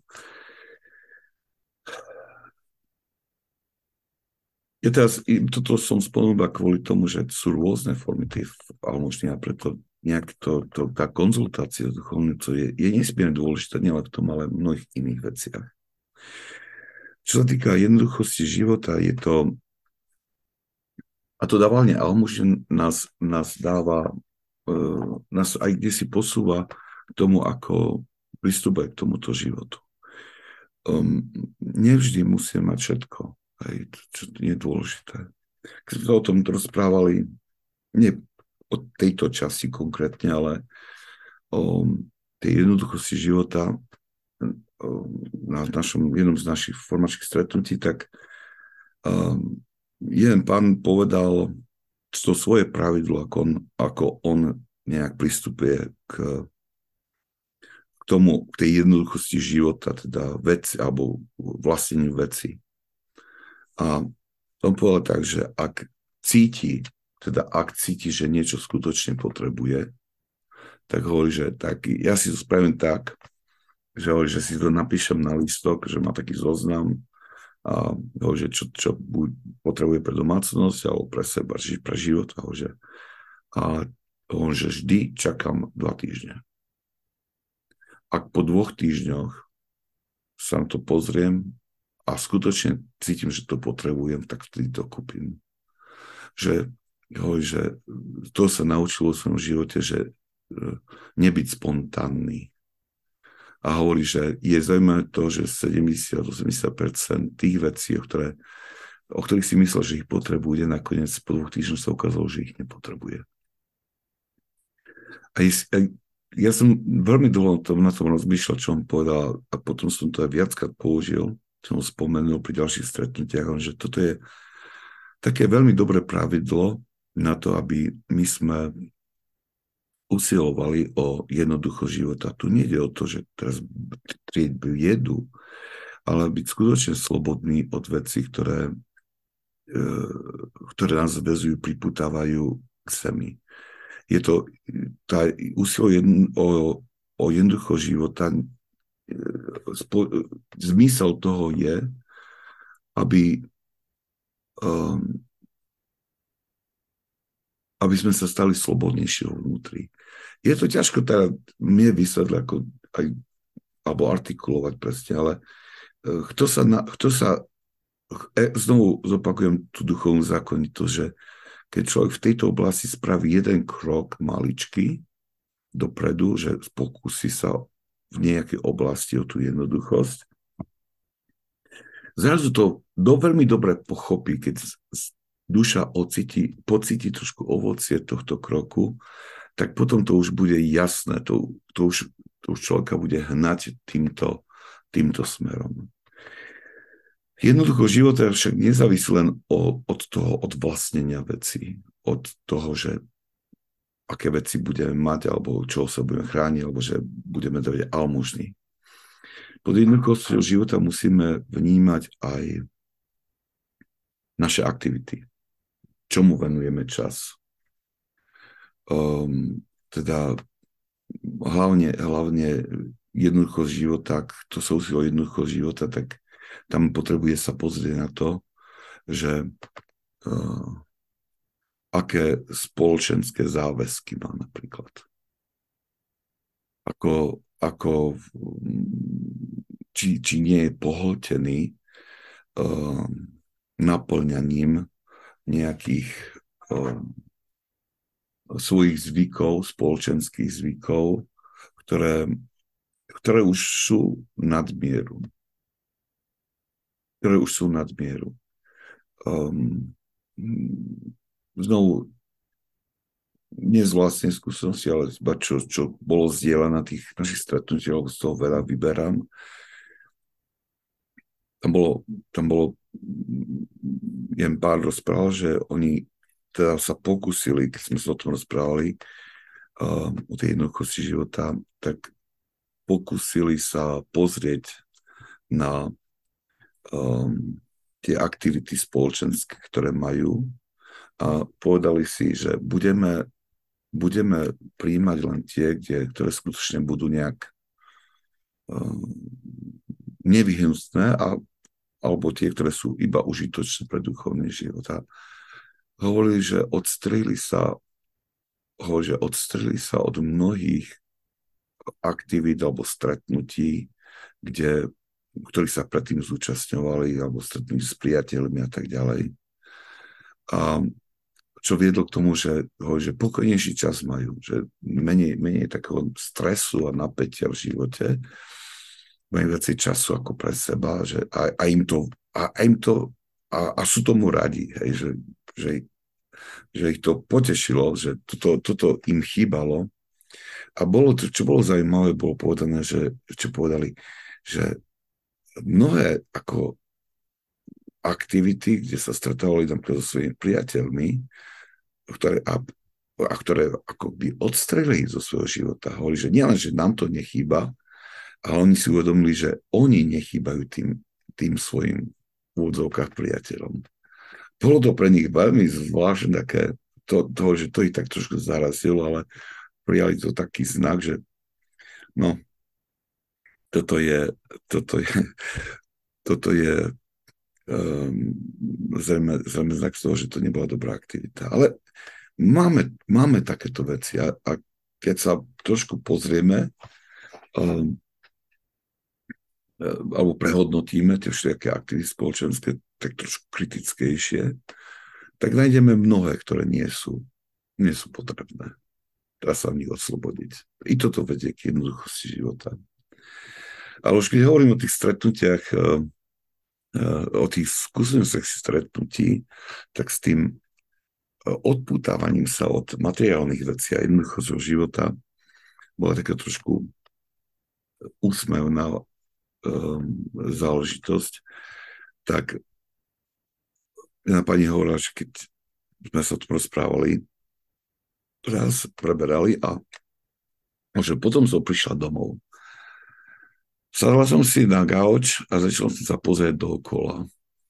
Toto som spomenul kvôli tomu, že sú rôzne formy tej almužny a preto tá konzultácia duchovného je nesmierne dôležitá, nielen v tom, ale v mnohých iných veciach. Čo sa týka jednoduchosti života, je to, a to dávanie almužny nás dáva, nás aj kde si posúva k tomu, ako pristúpať k tomuto životu. Nevždy musíme mať všetko, aj čo nie je dôležité. Keď sme o tom rozprávali, nie o tejto časti konkrétne, ale o tej jednoduchosti života na jednom z našich formačných stretnutí, tak jeden pán povedal to svoje pravidlo, ako on nejak pristupuje k tomu, k tej jednoduchosti života, teda veci, alebo vlastneniu veci. A on povedal tak, že ak cíti, že niečo skutočne potrebuje, tak hovorí, že tak, ja si to spravím tak, že hovorí, že si to napíšem na lístok, že má taký zoznam a hovorí, že čo potrebuje pre domácnosť alebo pre seba, pre život. A hovorí, že vždy čakám 2 týždne. Ak po 2 týždňoch sa na to pozriem a skutočne cítim, že to potrebujem, tak vtedy to kúpim. Že to sa naučilo v svojom živote, že nebyť spontánny. A hovorí, že je zaujímavé to, že 70-80% tých vecí, o ktorých si myslel, že ich potrebuje, nakoniec po 2 týždňoch sa ukázalo, že ich nepotrebuje. A ja som veľmi dlho na tom rozmýšľal, čo on povedal, a potom som to aj viackrát použil, som ho spomenul pri ďalších stretnutiach, že toto je také veľmi dobré pravidlo na to, aby my sme usilovali o jednoduchosť života. Tu nejde o to, že teraz trieť biedu, ale byť skutočne slobodný od vecí, ktoré nás väzujú, priputávajú k zemi. Je to tá úsilie o jednoduchosť života. Zmysel toho je, aby sme sa stali slobodnejšie vnútri. Je to ťažko teda mne vysvetliť alebo artikulovať presne, ale znovu zopakujem tú duchovnú zákonitosť, že keď človek v tejto oblasti spraví jeden krok maličký dopredu, že pokúsi sa v nejakej oblasti o tú jednoduchosť, zrazu to veľmi dobre pochopí, keď duša pocíti trošku ovocie tohto kroku, tak potom to už bude jasné, to už človeka bude hnať týmto smerom. Jednoducho života však nezávisí len od toho odvlastnenia vecí, od toho, že aké veci budeme mať, alebo čo sa budeme chrániť, alebo že budeme dávať almužny. Pod jednoduchosťou života musíme vnímať aj naše aktivity. Čomu venujeme čas? Teda hlavne jednoduchosť života, kto sa usiluje o jednoduchosť života, tak tam potrebuje sa pozrieť na to, že aké spoločenské záväzky má napríklad. či nie je pohltený naplňaním nejakých svojich zvykov, spoločenských zvykov, ktoré už sú nadmieru. Znovu, nie z vlastnej skúsenosti, ale čo bolo zdieľané na tých našich stretnutiach, lebo z toho veľa vyberám. Tam bolo jen pár rozprával, že oni teda sa pokúsili, keď sme sa o tom rozprávali, o tej jednoduchosti života, tak pokúsili sa pozrieť na tie aktivity spoločenské, ktoré majú, a povedali si, že budeme prijímať len tie, ktoré skutočne budú nejak nevyhnutné, alebo tie, ktoré sú iba užitočné pre duchovný život. A hovorili, že odstrihli sa od mnohých aktivít alebo stretnutí, ktorí sa predtým zúčastňovali, alebo stretnutí s priateľmi a tak ďalej. A čo viedlo k tomu, že pokojnejší čas majú, že menej takého stresu a napätia v živote, majú viacej času ako pre seba, že a sú tomu radi, hej, že ich to potešilo, že toto im chýbalo. A čo bolo zaujímavé, bolo povedané, čo povedali, že mnohé ako aktivity, kde sa stretávali napríklad so svojimi priateľmi, ktoré akoby odstrelili zo svojho života. Hovorili, že nielen, že nám to nechýba, ale oni si uvedomili, že oni nechýbajú tým svojim v úvodzovkách priateľom. Bolo to pre nich veľmi zvláštne také, že to ich tak trošku zarazilo, ale prijali to taký znak, že no, toto je zrejme znak z toho, že to nebola dobrá aktivita. Ale máme takéto veci a keď sa trošku pozrieme alebo prehodnotíme tie všetky aktivity spoločenské tak trošku kritickejšie, tak nájdeme mnohé, ktoré nie sú potrebné. Dá sa v nich oslobodiť. I toto vedie k jednoduchosti života. Ale už keď hovorím o tých stretnutiach, o tých skúsenostiach stretnutí, tak s tým odpútávaním sa od materiálnych vecí a jednoduchosťou života bola taká trošku úsmevná záležitosť. Tak jedna pani hovorila, že keď sme sa o tom rozprávali, raz preberali a že potom som prišla domov. Sadla som si na gauč a začal som sa pozrieť dookola.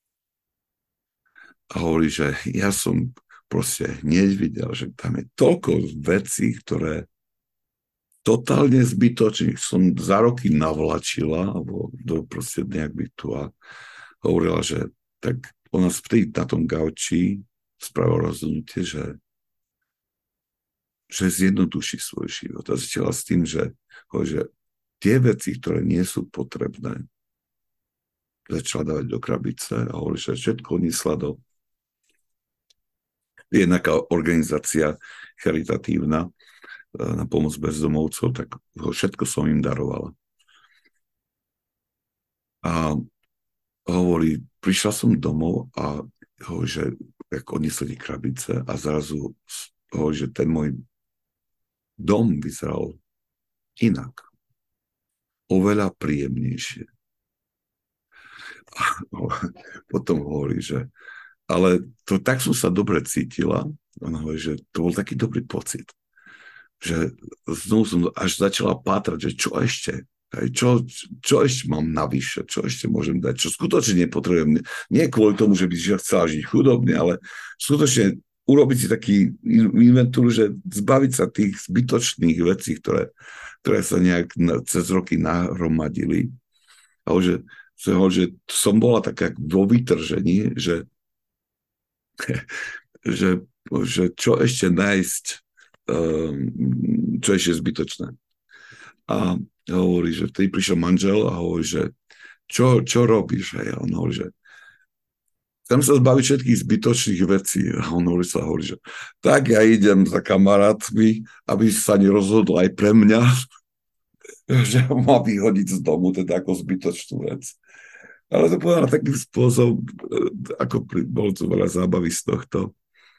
A hovorí, že ja som proste hneď videl, že tam je toľko vecí, ktoré totálne zbytočne som za roky navlačila, alebo proste nejak by tu a hovorila, že tak ona vtedy na tom gauči spravila rozhodnutie, že zjednoduší svoj život. A začala s tým, že tie veci, ktoré nie sú potrebné, začala dávať do krabice a hovorí, že všetko nesla do jednaká organizácia charitatívna na pomoc bezdomovcov, tak všetko som im darovala. A hovorí, prišla som domov a hovorí, že ako odnesli krabice a zrazu hovorí, že ten môj dom vyzeral inak. Oveľa príjemnejšie. A potom hovorí, že ale to tak som sa dobre cítila, ona hovorí, že to bol taký dobrý pocit, že znovu som až začala pátrať, že čo ešte, čo ešte mám navyše, čo ešte môžem dať, čo skutočne nepotrebujem. Nie kvôli tomu, že by si chcela žiť chudobne, ale skutočne urobiť si taký inventúru, že zbaviť sa tých zbytočných vecí, ktoré sa nejak cez roky nahromadili. A že som bola tak vo vytržení, že čo ešte nájsť, čo ešte zbytočné. A hovorí, že vtedy prišiel manžel a hovorí, že čo robíš? Hej, on hovorí, že chcem sa zbaviť všetkých zbytočných vecí. A on hovorí, že tak ja idem za kamarátmi, aby sa nerozhodol aj pre mňa, že má vyhodiť z domu, teda ako zbytočnú vec. Ale to povedal takým spôsobom, ako bolo to veľa zábavy z tohto.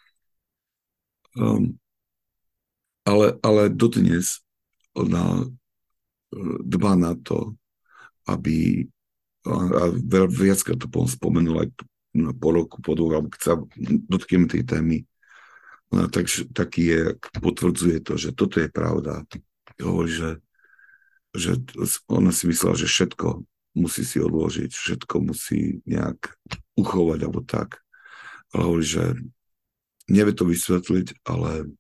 Ale dodnes ona dbá na to, aby a viackrát to spomenul aj po roku, po dvoch, alebo keď sa dotkneme tej témy, taký je, potvrdzuje to, že toto je pravda. Hovorí, že ona si myslela, že všetko musí si odložiť, všetko musí nejak uchovať, alebo tak. Ale hovorí, že nevie to vysvetliť, ale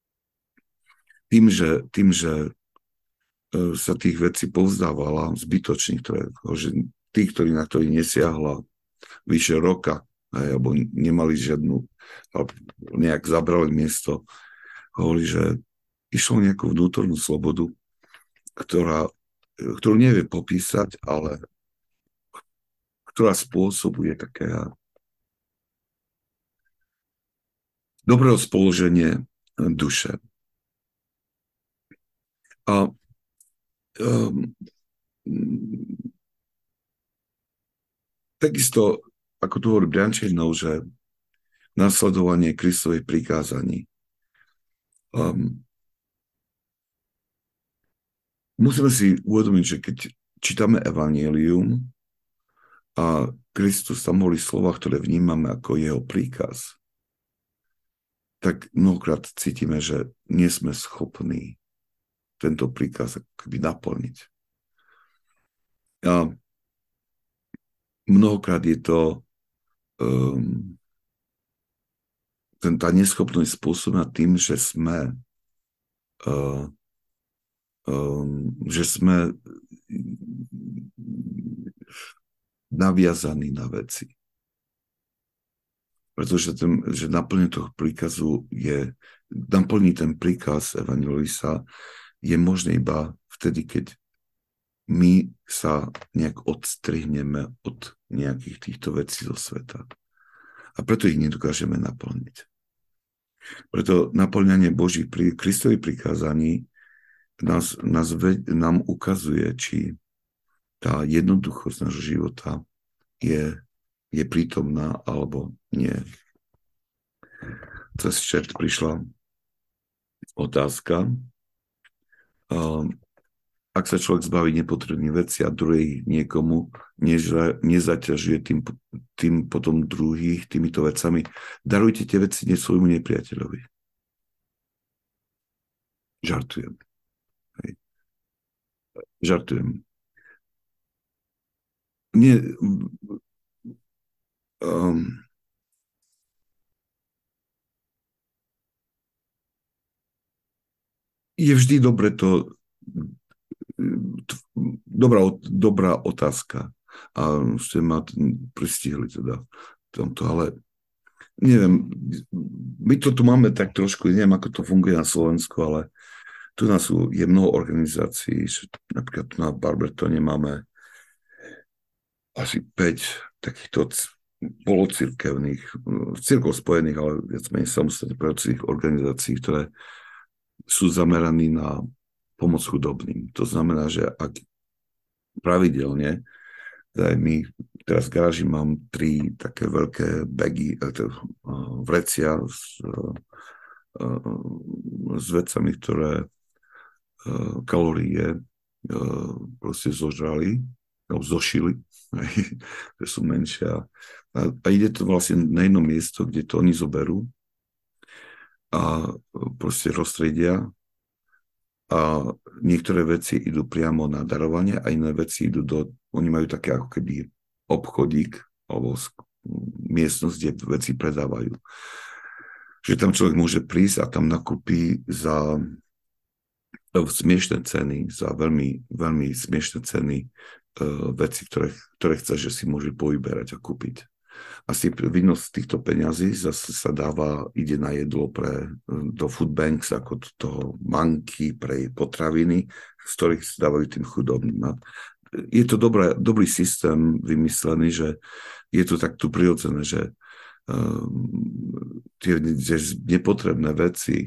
tým, že sa tých vecí povzdávala, zbytočných, na ktorých nesiahla vyše roka, alebo nemali žiadnu, alebo nejak zabrali miesto, hovorí, že išlo nejakú vnútornú slobodu, ktorú nevie popísať, ale ktorá spôsobuje také dobré spoloženie duše. A takisto, ako tu hovorí Briančinov, že nasledovanie Kristovej prikázaní. Musíme si uvedomiť, že keď čítame Evangelium a Kristus tam hovorí slova, ktoré vnímame ako jeho príkaz, tak mnohokrát cítime, že nie sme schopní tento príkaz akoby naplniť. A mnohokrát je to tá neschopnosť spôsobená tým, že sme naviazaní na veci. Pretože naplniť toho príkazu naplniť ten príkaz evangelista je možné iba vtedy, keď my sa nejak odstrihneme od nejakých týchto vecí zo sveta. A preto ich nedokážeme naplniť. Preto naplňanie Božích Kristových prikázaní nám ukazuje, či tá jednoduchosť nášho života je prítomná alebo nie. Cez čert prišla otázka. Ak sa človek zbaví nepotrebných vecí a druhých niekomu nezaťažuje tým potom druhých týmito vecami, darujte tie veci svojmu nepriateľovi. Žartujem. Hej. Žartujem. Nie, je vždy dobre to dobrá otázka a ste ma pristihli teda tomto, ale neviem, my to tu máme tak trošku, neviem, ako to funguje na Slovensku, ale tu je mnoho organizácií, napríklad tu na Barbertone máme asi 5 takýchto polocirkevných, cirkov spojených, ale viac menej samostatne pracujúcich organizácií, ktoré sú zameraní na pomoc chudobným. To znamená, že ak pravidelne, my teraz v garáži mám 3 také veľké bagy, vrecia s vecami, ktoré kalórie proste zožrali, alebo zošili, ktoré sú menšie. A ide to vlastne na jedno miesto, kde to oni zoberú a proste rozstredia. A niektoré veci idú priamo na darovanie a iné veci oni majú také ako keby obchodík alebo miestnosť, kde veci predávajú. Že tam človek môže prísť a tam nakúpi za smiešné ceny, za veľmi, veľmi smiešné ceny veci, ktoré chce, že si môže povyberať a kúpiť. Asi výnos týchto peňazí zase sa ide na jedlo do food banks, ako toho manky pre potraviny, z ktorých sa dávajú tým chudobným. je to dobrý systém vymyslený, že je to takto prirodzené, že tie nepotrebné veci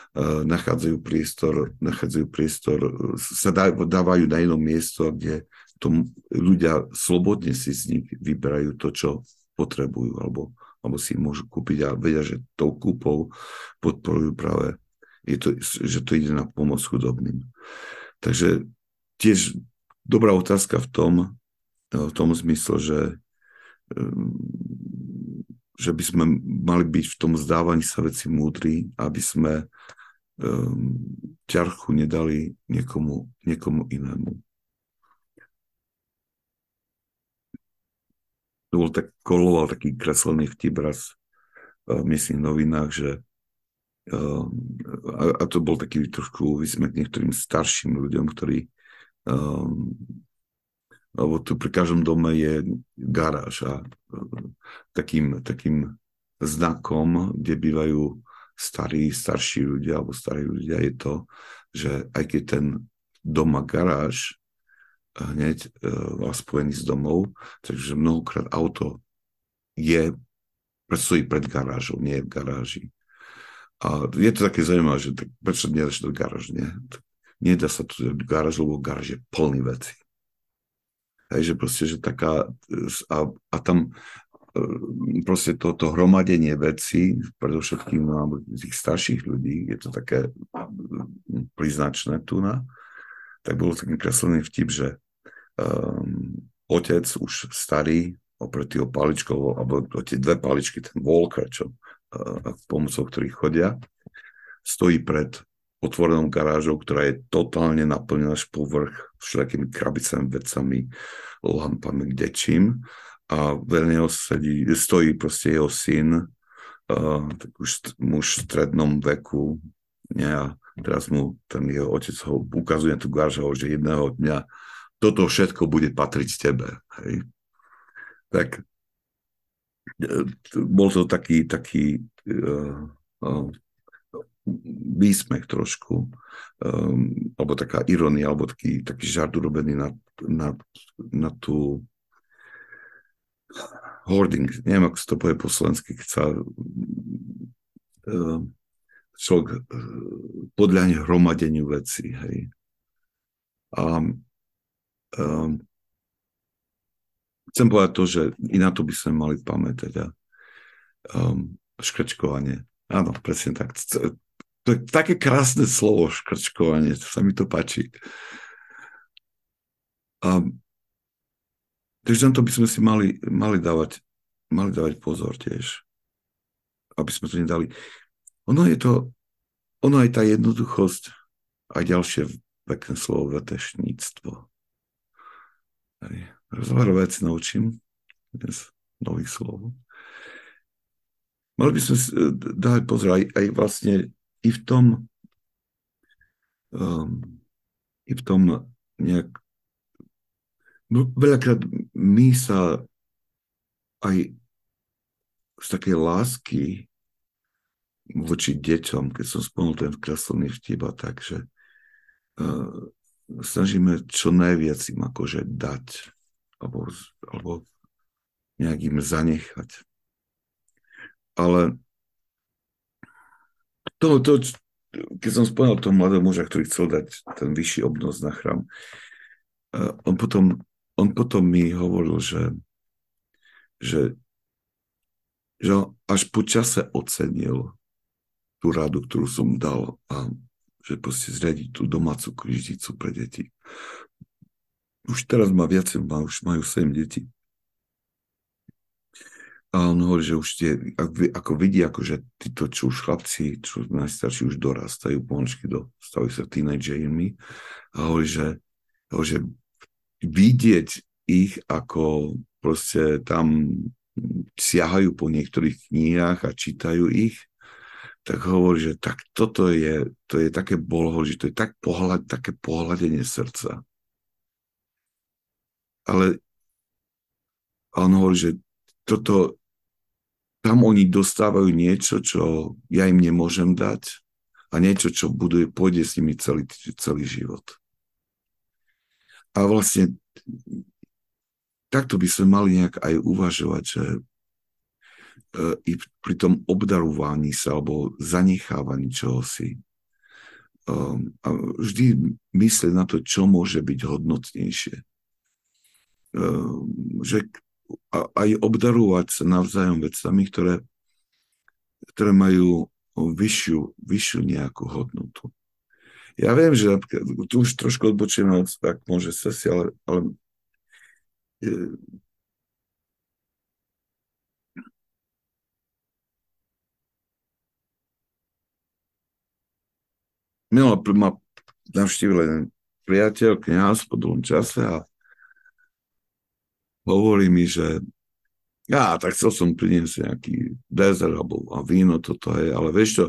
nachádzajú priestor, sa dávajú na jedno miesto, kde ľudia slobodne si z nich vyberajú to, čo potrebujú, alebo si môžu kúpiť a vedia, že tou kúpou podporujú práve, že to ide na pomoc chudobným. Takže tiež dobrá otázka v tom zmysle, že by sme mali byť v tom zdávaní sa veci múdri, aby sme ťarchu nedali niekomu inému. Koloval taký kreslený vtip raz v miestnych novinách, že a to bol taký trošku výsmech niektorým starším ľuďom, ktorí lebo tu pri každom dome je garáž a takým znakom, kde bývajú starší ľudia alebo starí ľudia, je to, že aj keď ten dom má garáž hneď spojený s domov, takže mnohokrát auto stojí pred garážou, nie je v garáži. A je to také zaujímavé, že prečo nedáš do garáž, nie? Nedá sa tu do garáž, lebo garáž je plný veci. Hej, že proste, že taká a tam proste toto hromadenie vecí, predovšetkým tých starších ľudí, je to také príznačné tu tak bol taký kreslený vtip, že otec už starý, opretý o paličkou, alebo o tie dve paličky, ten Walker, pomocou ktorých chodia, stojí pred otvorenou garážou, ktorá je totálne naplnená až po vrch všelijakými krabicami, vecami, lampami, kdečím. A vedľa neho stojí proste jeho syn, tak už muž v strednom veku. A teraz mu ten jeho otec ho ukazuje na tú garážu, že jedného dňa toto všetko bude patriť tebe. Hej. Tak bol to taký výsmech trošku, alebo taká ironia, alebo taký žart urobený na tú hoarding, neviem, ako sa to povie po slovensky, keď sa človek podľahne hromadeniu vecí, hej. A chcem povedať to, že i na to by sme mali pamätať a škrčkovanie. Áno, presne tak. To je také krásne slovo, škrčkovanie, to sa mi to páči. Takže na to by sme si mali dávať pozor tiež, aby sme to nedali. Ono je tá jednoduchosť a ďalšie pekné slovo vetešníctvo. Rozhovor veci naučím dnes nových slov. Mali by sme si dávať pozor aj vlastne i v tom nejak veľakrát my sa aj z takej lásky voči deťom, keď som spomenul ten kreslený vtip, takže snažíme čo najviac im akože dať alebo nejak im zanechať. Ale keď som spomenul toho mladého muža, ktorý chcel dať ten vyšší obnos na chrám, on potom mi hovoril, že až po čase ocenil tú radu, ktorú som dal a že proste zriadiť tú domácu krížnicu pre deti. Už teraz má viacej, už majú 7 detí. A on hovorí, že už ako vidí, akože títo, čo už chlapci, čo najstarší už dorastajú, pomačky stavujú sa teenagermi a hovorí, že vidieť ich, ako proste tam siahajú po niektorých knihách a čítajú ich, tak hovorí, že tak to je také bolho, že to je také pohľadenie srdca. Ale on hovorí, že tam oni dostávajú niečo, čo ja im nemôžem dať a niečo, čo pôjde s nimi celý život. A vlastne takto by sme mali nejak aj uvažovať, že i pri tom obdarovaní sa alebo zanechávaní čohosi a vždy myslieť na to, čo môže byť hodnotnejšie. Že aj obdarovať sa navzájom vecami, ktoré majú vyššiu nejakú hodnotu. Ja viem, že tu už trošku odbočíme, tak môže sa si, ale ma navštívil jeden priateľ, kňaz po dlhom čase a hovorí mi, že tak chcel som priniesť nejaký dezert alebo a víno, toto je, ale vieš čo,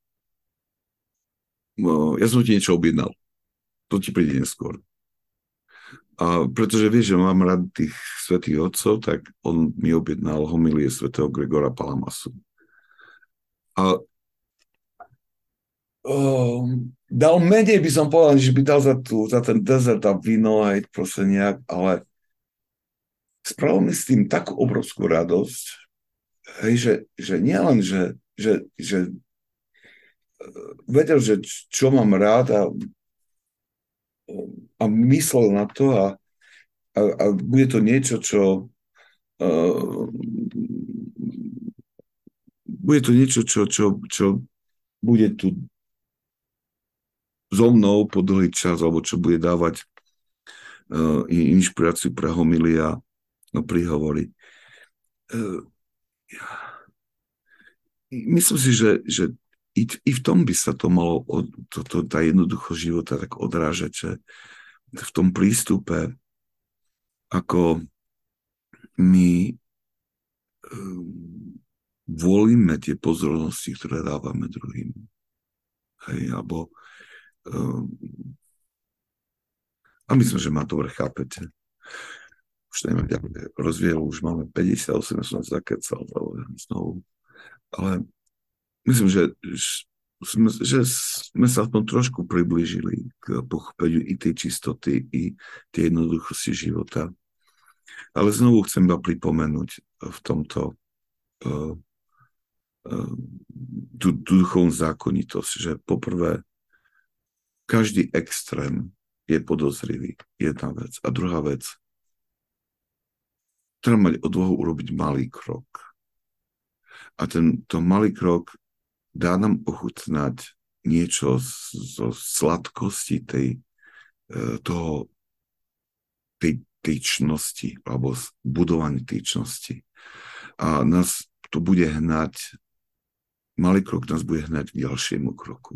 ja som ti niečo objednal, to ti príde neskôr. A pretože vieš, že mám rád tých svätých otcov, tak on mi objednal homilie svätého Gregora Palamasu. A dal menej, by som povedal, že by dal za ten dezert a víno aj proste nejak, ale spravil mi s tým takú obrovskú radosť, hej, že nielen, že vedel, že čo mám rád a myslel na to a bude to niečo, čo bude tu so mnou po dlhý čas, alebo čo bude dávať inšpiráciu pre homilia, príhovory. Myslím si, že i v tom by sa to malo, tá jednoduchosť života tak odrážať, že v tom prístupe, ako my volíme tie pozornosti, ktoré dávame druhým. Hej, alebo a myslím, že ma dobre chápete. Už neviem, ďalej rozvíjal, už máme 58, som sa zakecal znovu. Ale myslím, že sme sa aspoň trošku priblížili k pochopeniu i tej čistoty, i tej jednoduchosti života. Ale znovu chcem iba pripomenúť v tomto tú duchovnú zákonitosť, že poprvé každý extrém je podozrivý. Jedna vec. A druhá vec, treba mať odvahu urobiť malý krok. A tento malý krok dá nám ochutnať niečo zo sladkosti tej čnosti alebo budovanie tej čnosti. A nás to bude hnať, malý krok nás bude hnať k ďalšiemu kroku.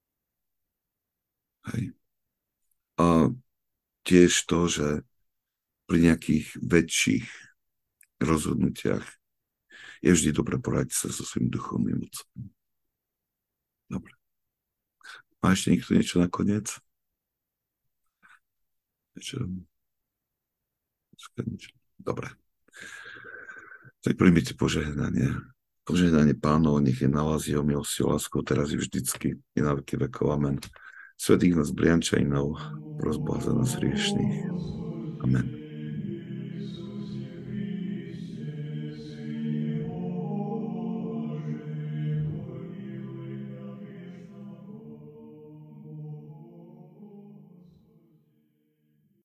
Hej. A tiež to, že pri nejakých väčších rozhodnutiach je vždy dobre poradiť sa so svojím duchovným otcom. Dobre. Má ešte niekto niečo nakoniec? Dobre. Tak príjmite požehnanie. Požehnanie Pánov, nech je na vás jeho milosťou, láskou, teraz i vždycky, i na veky vekov. Amen. Svätých nás Briančanov, prosba za nás hriešných. Amen.